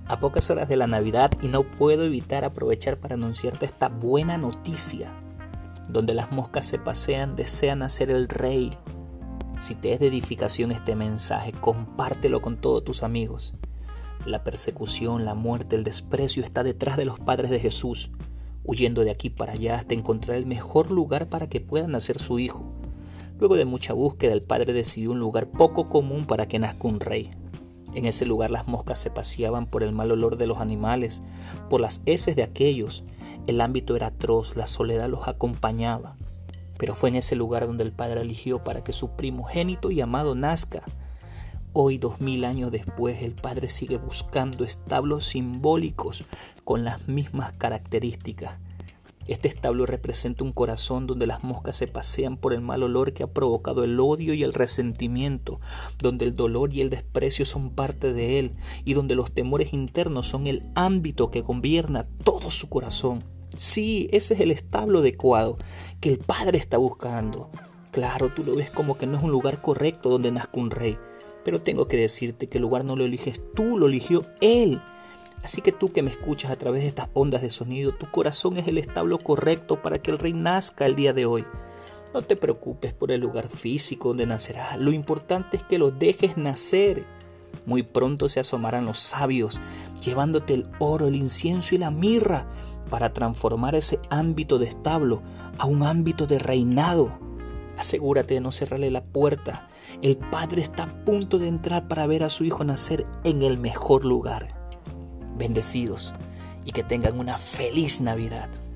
A pocas horas de la Navidad y no puedo evitar aprovechar para anunciarte esta buena noticia. Donde las moscas se pasean, desean nacer el rey. Si te es de edificación este mensaje, compártelo con todos tus amigos. La persecución, la muerte, el desprecio está detrás de los padres de Jesús, huyendo de aquí para allá hasta encontrar el mejor lugar para que pueda nacer su hijo. Luego de mucha búsqueda, el padre decidió un lugar poco común para que nazca un rey. En ese lugar las moscas se paseaban por el mal olor de los animales, por las heces de aquellos. El ámbito era atroz, la soledad los acompañaba. Pero fue en ese lugar donde el Padre eligió para que su primogénito y amado nazca. Hoy, 2000 años después, el Padre sigue buscando establos simbólicos con las mismas características. Este establo representa un corazón donde las moscas se pasean por el mal olor que ha provocado el odio y el resentimiento, donde el dolor y el desprecio son parte de él y donde los temores internos son el ámbito que gobierna todo su corazón. Sí, ese es el establo adecuado que el Padre está buscando. Claro, tú lo ves como que no es un lugar correcto donde nazca un rey, pero tengo que decirte que el lugar no lo eliges tú, lo eligió Él. Así que tú que me escuchas a través de estas ondas de sonido, tu corazón es el establo correcto para que el rey nazca el día de hoy. No te preocupes por el lugar físico donde nacerá. Lo importante es que lo dejes nacer. Muy pronto se asomarán los sabios, llevándote el oro, el incienso y la mirra para transformar ese ámbito de establo a un ámbito de reinado. Asegúrate de no cerrarle la puerta. El Padre está a punto de entrar para ver a su hijo nacer en el mejor lugar. Bendecidos y que tengan una feliz Navidad.